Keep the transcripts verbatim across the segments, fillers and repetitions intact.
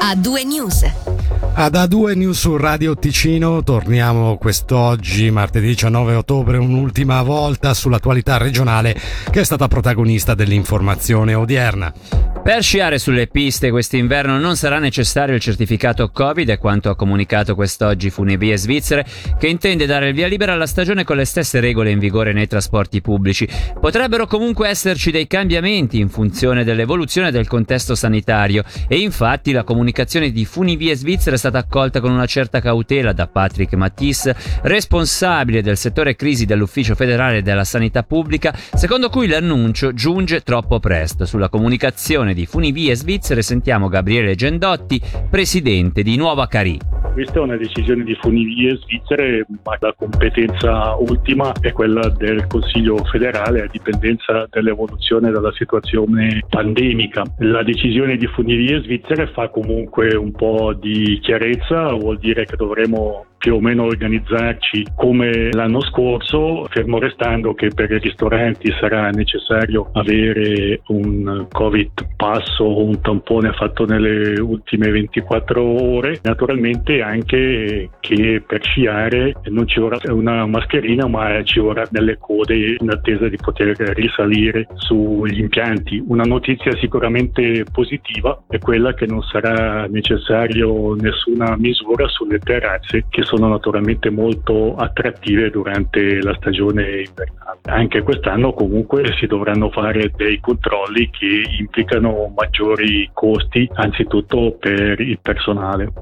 A due News. Ad A due News su Radio Ticino torniamo quest'oggi, martedì diciannove ottobre, un'ultima volta sull'attualità regionale che è stata protagonista dell'informazione odierna. Per sciare sulle piste quest'inverno non sarà necessario il certificato Covid, è quanto ha comunicato quest'oggi Funivie Svizzere, che intende dare il via libera alla stagione con le stesse regole in vigore nei trasporti pubblici. Potrebbero comunque esserci dei cambiamenti in funzione dell'evoluzione del contesto sanitario e infatti la comunicazione di Funivie Svizzere è stata accolta con una certa cautela da Patrick Mattis, responsabile del settore crisi dell'Ufficio federale della sanità pubblica, secondo cui l'annuncio giunge troppo presto. Sulla comunicazione di Funivie Svizzere sentiamo Gabriele Gendotti, presidente di Nuova Carì. Questa è una decisione di Funivie Svizzere, ma la competenza ultima è quella del Consiglio federale a dipendenza dell'evoluzione della situazione pandemica. La decisione di Funivie Svizzere fa comunque un po' di chiarezza, vuol dire che dovremo più o meno organizzarci come l'anno scorso, fermo restando che per i ristoranti sarà necessario avere un Covid pass o un tampone fatto nelle ultime ventiquattro ore. Naturalmente anche che per sciare non ci vorrà una mascherina, ma ci vorrà delle code in attesa di poter risalire sugli impianti. Una notizia sicuramente positiva è quella che non sarà necessario nessuna misura sulle terrazze, che sono naturalmente molto attrattive durante la stagione invernale. Anche quest'anno comunque si dovranno fare dei controlli che implicano maggiori costi, anzitutto per il personale.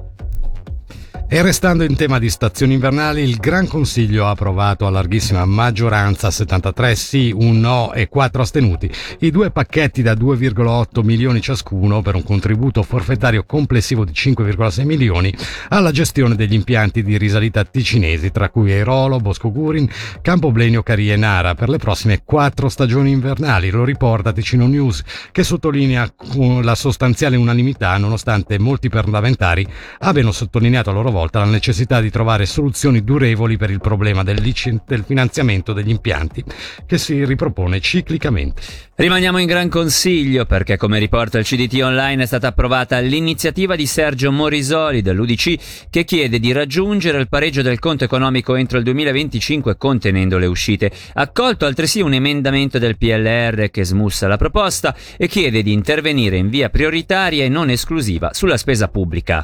E restando in tema di stazioni invernali, il Gran Consiglio ha approvato a larghissima maggioranza, settantatré sì, un no e quattro astenuti, i due pacchetti da due virgola otto milioni ciascuno per un contributo forfettario complessivo di cinque virgola sei milioni alla gestione degli impianti di risalita ticinesi, tra cui Airolo, Bosco Gurin, Campoblenio, Carì e Nara, per le prossime quattro stagioni invernali. Lo riporta Ticino News, che sottolinea la sostanziale unanimità, nonostante molti parlamentari abbiano sottolineato a loro volta la necessità di trovare soluzioni durevoli per il problema del, licen- del finanziamento degli impianti, che si ripropone ciclicamente. Rimaniamo in Gran Consiglio perché, come riporta il C D T Online, è stata approvata l'iniziativa di Sergio Morisoli dell'U D C, che chiede di raggiungere il pareggio del conto economico entro il duemilaventicinque contenendo le uscite. Accolto altresì un emendamento del P L R che smussa la proposta e chiede di intervenire in via prioritaria e non esclusiva sulla spesa pubblica.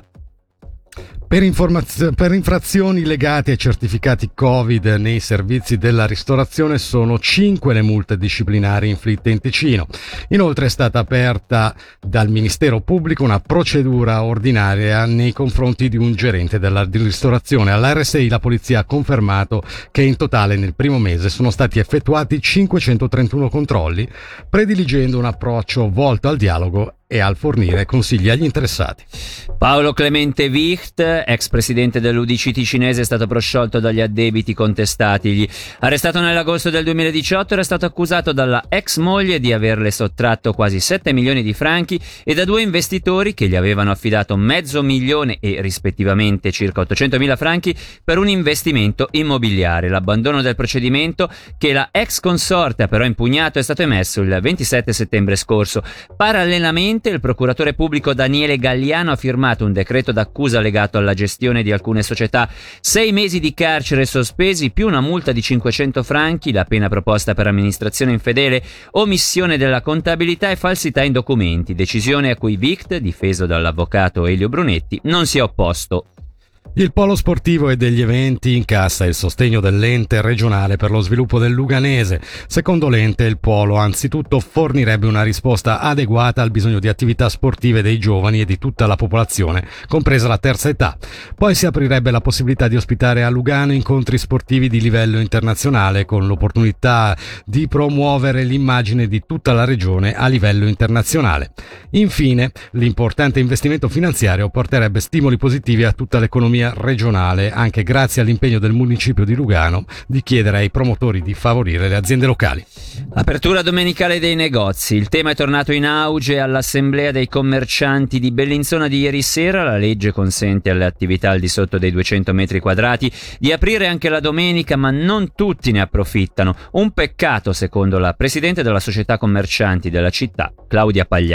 Per, informaz- per infrazioni legate ai certificati Covid nei servizi della ristorazione sono cinque le multe disciplinari inflitte in Ticino. Inoltre è stata aperta dal Ministero Pubblico una procedura ordinaria nei confronti di un gerente della ristorazione. All'R S I la polizia ha confermato che in totale nel primo mese sono stati effettuati cinquecentotrentuno controlli, prediligendo un approccio volto al dialogo e al fornire consigli agli interessati. Paolo Clemente Wicht, ex presidente dell'U D C ticinese, è stato prosciolto dagli addebiti contestatigli. Arrestato nell'agosto del duemiladiciotto, era stato accusato dalla ex moglie di averle sottratto quasi sette milioni di franchi e da due investitori che gli avevano affidato mezzo milione e rispettivamente circa ottocentomila franchi per un investimento immobiliare. L'abbandono del procedimento, che la ex consorte ha però impugnato, è stato emesso il ventisette settembre scorso. Parallelamente il procuratore pubblico Daniele Galliano ha firmato un decreto d'accusa legato alla gestione di alcune società. Sei mesi di carcere sospesi più una multa di cinquecento franchi, la pena proposta per amministrazione infedele, omissione della contabilità e falsità in documenti, decisione a cui Wicht, difeso dall'avvocato Elio Brunetti, non si è opposto. Il Polo Sportivo e degli Eventi incassa il sostegno dell'ente regionale per lo sviluppo del Luganese. Secondo l'ente, il Polo anzitutto fornirebbe una risposta adeguata al bisogno di attività sportive dei giovani e di tutta la popolazione, compresa la terza età. Poi si aprirebbe la possibilità di ospitare a Lugano incontri sportivi di livello internazionale, con l'opportunità di promuovere l'immagine di tutta la regione a livello internazionale. Infine, l'importante investimento finanziario porterebbe stimoli positivi a tutta l'economia regionale, anche grazie all'impegno del municipio di Lugano di chiedere ai promotori di favorire le aziende locali. Apertura domenicale dei negozi. Il tema è tornato in auge all'assemblea dei commercianti di Bellinzona di ieri sera. La legge consente alle attività al di sotto dei duecento metri quadrati di aprire anche la domenica, ma non tutti ne approfittano. Un peccato, secondo la presidente della società commercianti della città, Claudia Pagliari.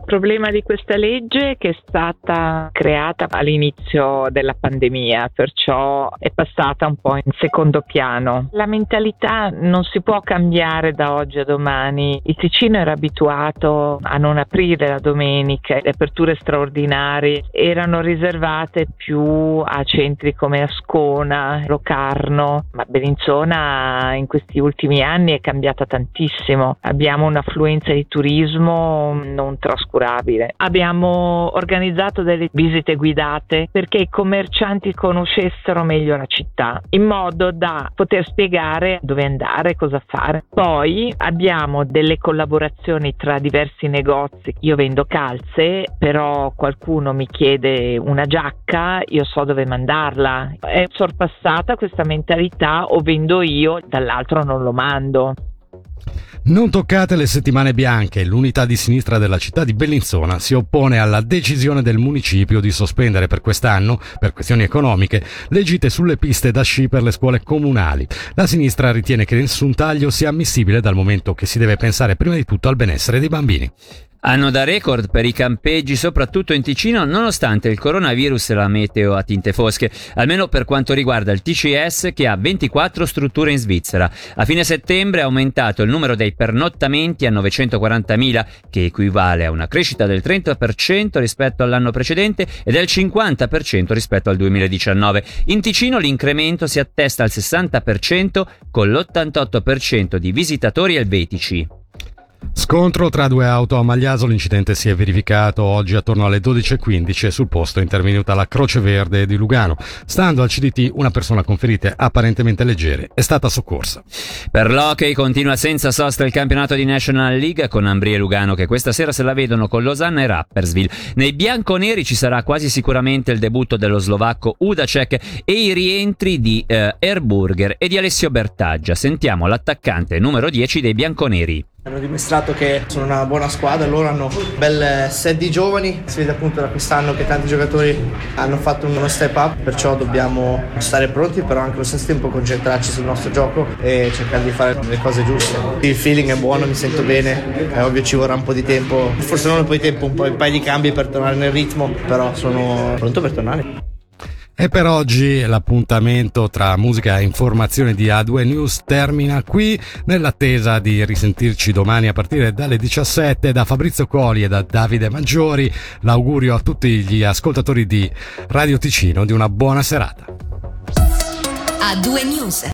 problema di questa legge è che è stata creata all'inizio della pandemia, perciò è passata un po' in secondo piano. La mentalità non si può cambiare da oggi a domani. Il Ticino era abituato a non aprire la domenica, le aperture straordinarie erano riservate più a centri come Ascona, Locarno, ma Bellinzona in questi ultimi anni è cambiata tantissimo. Abbiamo un'affluenza di turismo non trascurabile. Abbiamo organizzato delle visite guidate perché i commercianti conoscessero meglio la città, in modo da poter spiegare dove andare, cosa fare. Poi abbiamo delle collaborazioni tra diversi negozi. Io vendo calze, però qualcuno mi chiede una giacca, io so dove mandarla. È sorpassata questa mentalità: o vendo io, dall'altro non lo mando. Non toccate le settimane bianche. L'unità di sinistra della città di Bellinzona si oppone alla decisione del municipio di sospendere per quest'anno, per questioni economiche, le gite sulle piste da sci per le scuole comunali. La sinistra ritiene che nessun taglio sia ammissibile, dal momento che si deve pensare prima di tutto al benessere dei bambini. Anno da record per i campeggi, soprattutto in Ticino, nonostante il coronavirus e la meteo a tinte fosche, almeno per quanto riguarda il T C S, che ha ventiquattro strutture in Svizzera. A fine settembre è aumentato il numero dei pernottamenti a novecentoquarantamila, che equivale a una crescita del trenta per cento rispetto all'anno precedente e del cinquanta per cento rispetto al duemiladiciannove. In Ticino l'incremento si attesta al sessanta per cento, con l'ottantotto per cento di visitatori elvetici. Scontro tra due auto a Magliaso. L'incidente si è verificato oggi attorno alle dodici e quindici e sul posto è intervenuta la Croce Verde di Lugano. Stando al C D T, una persona con ferite apparentemente leggere è stata soccorsa. Per l'hockey continua senza sosta il campionato di National League, con Ambri e Lugano che questa sera se la vedono con Losanna e Rapperswil. Nei bianconeri ci sarà quasi sicuramente il debutto dello slovacco Udacek e i rientri di eh, Erburger e di Alessio Bertaggia. Sentiamo l'attaccante numero dieci dei bianconeri. Hanno dimostrato che sono una buona squadra, loro hanno un bel set di giovani, si vede appunto da quest'anno che tanti giocatori hanno fatto uno step up, perciò dobbiamo stare pronti, però anche allo stesso tempo concentrarci sul nostro gioco e cercare di fare le cose giuste. Il feeling è buono, mi sento bene, è ovvio ci vorrà un po' di tempo, forse non un po' di tempo, un po' un paio di cambi per tornare nel ritmo, però sono pronto per tornare. E per oggi l'appuntamento tra musica e informazione di A due News termina qui, nell'attesa di risentirci domani a partire dalle diciassette. Da Fabrizio Coli e da Davide Maggiori l'augurio a tutti gli ascoltatori di Radio Ticino di una buona serata. A due News.